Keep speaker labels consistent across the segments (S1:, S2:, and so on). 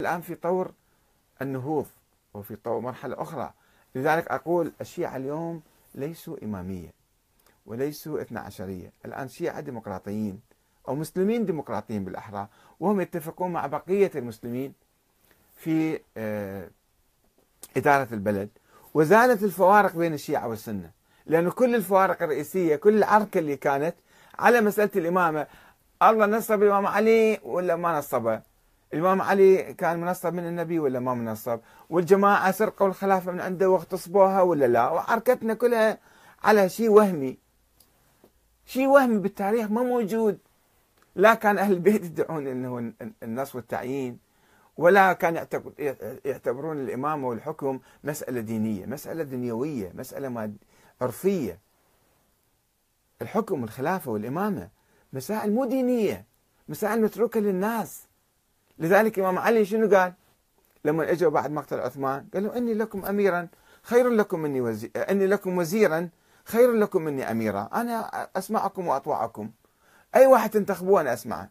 S1: الآن في طور النهوض وفي طور مرحلة أخرى. لذلك أقول الشيعة اليوم ليسوا إمامية وليسوا اثنا عشرية، الآن شيعة ديمقراطيين أو مسلمين ديمقراطيين بالأحرى، وهم يتفقون مع بقية المسلمين في إدارة البلد. وزالت الفوارق بين الشيعة والسنة، لأن كل الفوارق الرئيسية، كل العركة اللي كانت على مسألة الإمامة، الله نصب الإمام علي ولا ما نصبه؟ الإمام علي كان منصب من النبي ولا ما منصب؟ والجماعة سرقوا الخلافة من عنده واغتصبوها ولا لا؟ وحركتنا كلها على شيء وهمي، شيء وهمي بالتاريخ ما موجود. لا كان أهل البيت يدعون أنه النص والتعيين، ولا كان يعتبرون الإمامة والحكم مسألة دينية، مسألة دنيوية، مسألة عرفية. الحكم والخلافة والإمامة مسائل مو دينية، مسائل متروكة للناس. لذلك الإمام علي شنو قال لما اجوا بعد مقتل عثمان؟ قالوا إني لكم أميرا خير لكم مني إني لكم وزيرا خير لكم مني أميرا، أنا أسمعكم وأطوعكم، أي واحد تنتخبوه أنا أسمعه.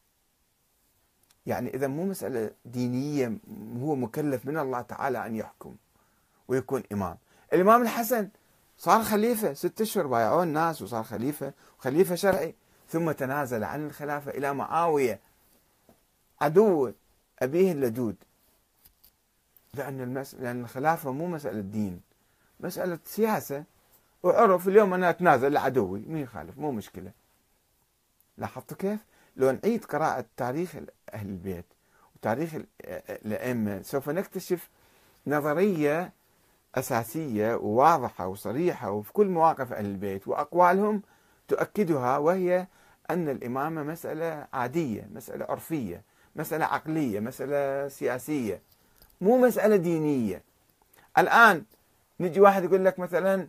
S1: يعني إذا مو مسألة دينية، هو مكلف من الله تعالى أن يحكم ويكون إمام. الإمام الحسن صار خليفة 6 أشهر، بايعوه الناس وصار خليفة، خليفة شرعي، ثم تنازل عن الخلافة إلى معاوية عدو أبيه اللدود، لأن الخلافة مو مسألة دين، مسألة سياسة وعرف. اليوم أنا أتنازل لعدوي، مين يخالف؟ مو مشكلة. لاحظتوا كيف؟ لو نعيد قراءة تاريخ أهل البيت وتاريخ الأئمة سوف نكتشف نظرية أساسية وواضحة وصريحة وفي كل مواقف أهل البيت وأقوالهم تؤكدها، وهي أن الإمامة مسألة عادية، مسألة عرفية، مسألة عقلية، مسألة سياسية، مو مسألة دينية. الآن نجي واحد يقول لك مثلا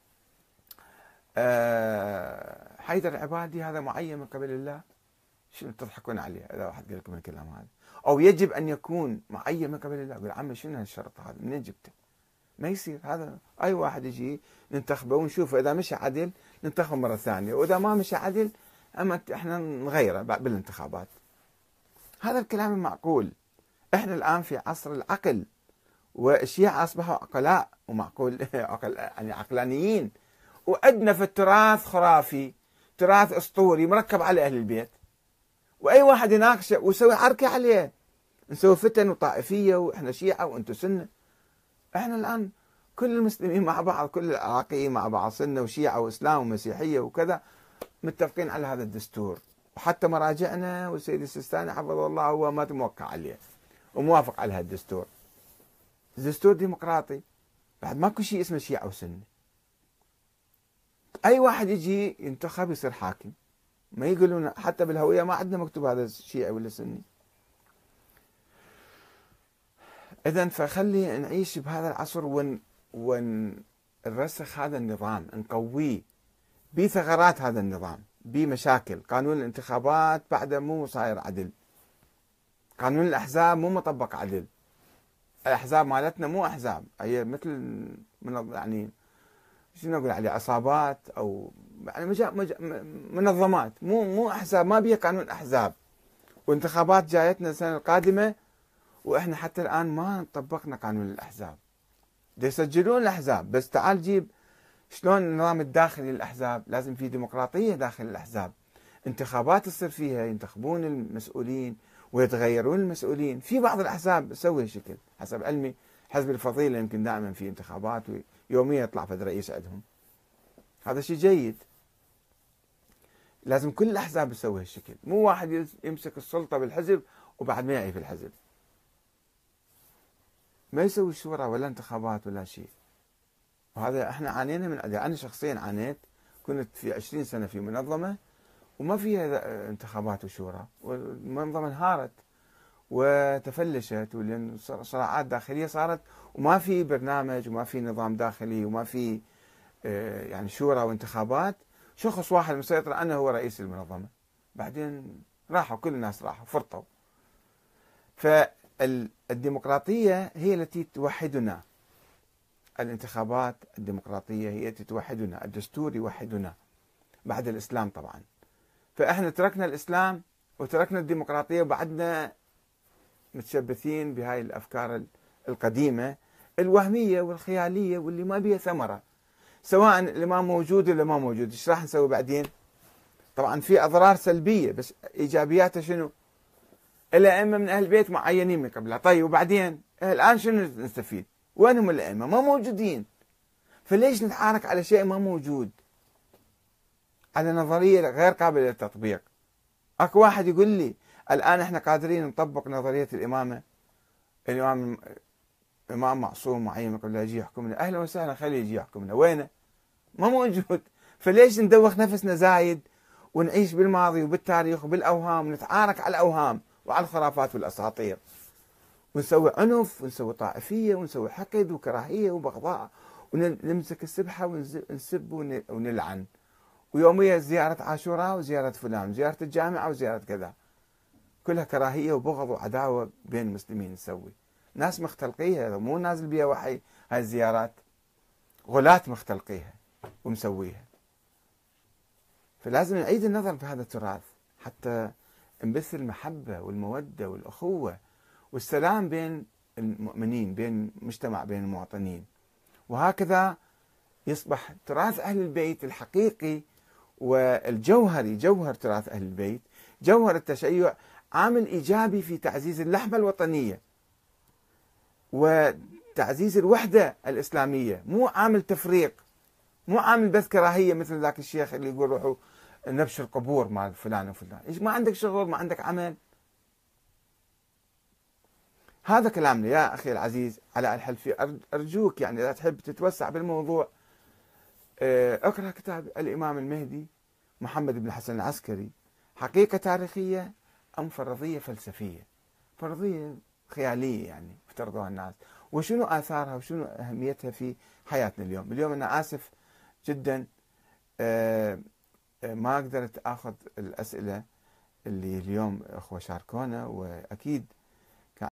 S1: حيدر العبادي هذا معين من قبل الله، شنو تضحكون عليه إذا واحد قال لكم الكلام هذا؟ أو يجب أن يكون معين من قبل الله، يقول عمي شنو هالشرط هذا، منين جبته؟ ما يصير هذا. أي واحد يجي ننتخبه ونشوفه، إذا مشى عدل ننتخبه مرة ثانية، وإذا ما مشى عدل أما إحنا نغيره بالانتخابات. هذا الكلام المعقول. إحنا الآن في عصر العقل، والشيعة أصبحوا عقلاء ومعقول يعني عقلانيين، وعندنا في التراث خرافي، تراث أسطوري مركب على أهل البيت، وأي واحد يناقشه ويسوي حركة عليه، نسوي فتن وطائفية وإحنا شيعة وأنتم سنة. إحنا الآن كل المسلمين مع بعض، كل العراقيين مع بعض، سنة وشيعة وإسلام ومسيحية وكذا، متفقين على هذا الدستور. وحتى مراجعنا والسيد السيستاني حفظه الله هو ما موقع عليه وموافق على هذا الدستور، دستور ديمقراطي، بعد ماكو شيء اسمه شيعة وسنة. أي واحد يجي ينتخب يصير حاكم، ما يقولون حتى بالهوية ما عندنا مكتوب هذا شيعي ولا سني. إذن فخلي نعيش بهذا العصر ونرسخ هذا النظام، نقويه بثغرات هذا النظام، بمشاكل. قانون الانتخابات بعده مو صاير عدل، قانون الأحزاب مو مطبق عدل، الأحزاب مالتنا مو أحزاب، هي مثل يعني شنو نقول عليه، عصابات أو يعني منظمات، مو أحزاب، ما بيها قانون أحزاب. وانتخابات جايتنا السنة القادمة وإحنا حتى الآن ما طبقنا قانون الأحزاب. يسجلون الأحزاب، بس تعال جيب شلون النظام الداخلي للأحزاب، لازم في ديمقراطية داخل الأحزاب، انتخابات تصير فيها، ينتخبون المسؤولين ويتغيرون المسؤولين. في بعض الأحزاب تسوي هالشكل، حسب علمي حزب الفضيلة يمكن دائما في انتخابات ويوميا يطلع فد رئيس عندهم، هذا شيء جيد. لازم كل الأحزاب تسوي هالشكل، مو واحد يمسك السلطة بالحزب وبعد ما يعي في الحزب، ما يسوي شورى ولا انتخابات ولا شيء. وهذا احنا عانينا من أنا شخصيا عانيت، كنت في 20 سنة في منظمة وما فيها انتخابات وشورى، والمنظمة انهارت وتفلشت، ولأن صراعات داخلية صارت، وما في برنامج وما في نظام داخلي وما في يعني شورى وانتخابات. شخص واحد مسيطر أنا هو رئيس المنظمة، بعدين راحوا كل الناس راحوا فرطوا. فالديمقراطية هي التي توحدنا، الانتخابات الديمقراطية هي التي توحدنا، الدستور يوحدنا بعد الإسلام طبعا. فإحنا تركنا الإسلام وتركنا الديمقراطية وبعدنا متشبثين بهاي الأفكار القديمة الوهمية والخيالية واللي ما بيها ثمرة، سواء الإمام موجود ولا ما موجود. إيش راح نسوي بعدين؟ طبعا في أضرار سلبية، بس إيجابياتها شنو؟ الأئمة من أهل البيت معينين من قبلها، طيب وبعدين الآن شنو نستفيد؟ وينهم الأئمة؟ ما موجودين، فليش نتعارك على شيء ما موجود، على نظرية غير قابلة للتطبيق؟ اكو واحد يقول لي الآن احنا قادرين نطبق نظرية الإمامة، الإمام إمام معصوم معين من قبل يجي يحكمنا، أهلا وسهلا، خليه يجي يحكمنا، وينه؟ ما موجود. فليش ندوخ نفسنا زايد ونعيش بالماضي وبالتاريخ وبالأوهام، ونتعارك على الأوهام وعلى الخرافات والأساطير، ونسوي عنف ونسوي طائفية ونسوي حقد وكراهية وبغضاء، ونمسك السبحة ونسب ونلعن، ويوميا زيارة عاشوراء وزيارة فلان وزيارة الجامعة وزيارة كذا، كلها كراهية وبغض وعداوة بين المسلمين. نسوي ناس مختلقيها، مو نازل بيها وحي، هاي الزيارات غلاة مختلقيها ومسويها. فلازم نعيد النظر في هذا التراث حتى نبث المحبة والمودة والأخوة والسلام بين المؤمنين، بين المجتمع، بين المواطنين، وهكذا يصبح تراث أهل البيت الحقيقي والجوهري، جوهر تراث أهل البيت، جوهر التشيع، عامل إيجابي في تعزيز اللحمة الوطنية وتعزيز الوحدة الإسلامية، مو عامل تفريق، مو عامل بث كراهية مثل ذاك الشيخ اللي يقول روحوا نبشر قبور مال فلان وفلان. إيش ما عندك شغل، ما عندك عمل؟ هذا كلامنا يا أخي العزيز علاء الحلفي. أرجوك يعني إذا تحب تتوسع بالموضوع اقرأ كتاب الإمام المهدي محمد بن الحسن العسكري، حقيقة تاريخية أم فرضية فلسفية؟ فرضية خيالية يعني افترضوها الناس، وشنو آثارها وشنو أهميتها في حياتنا اليوم. اليوم أنا آسف جدا ما قدرت أخذ الأسئلة اللي اليوم أخوة شاركونا، وأكيد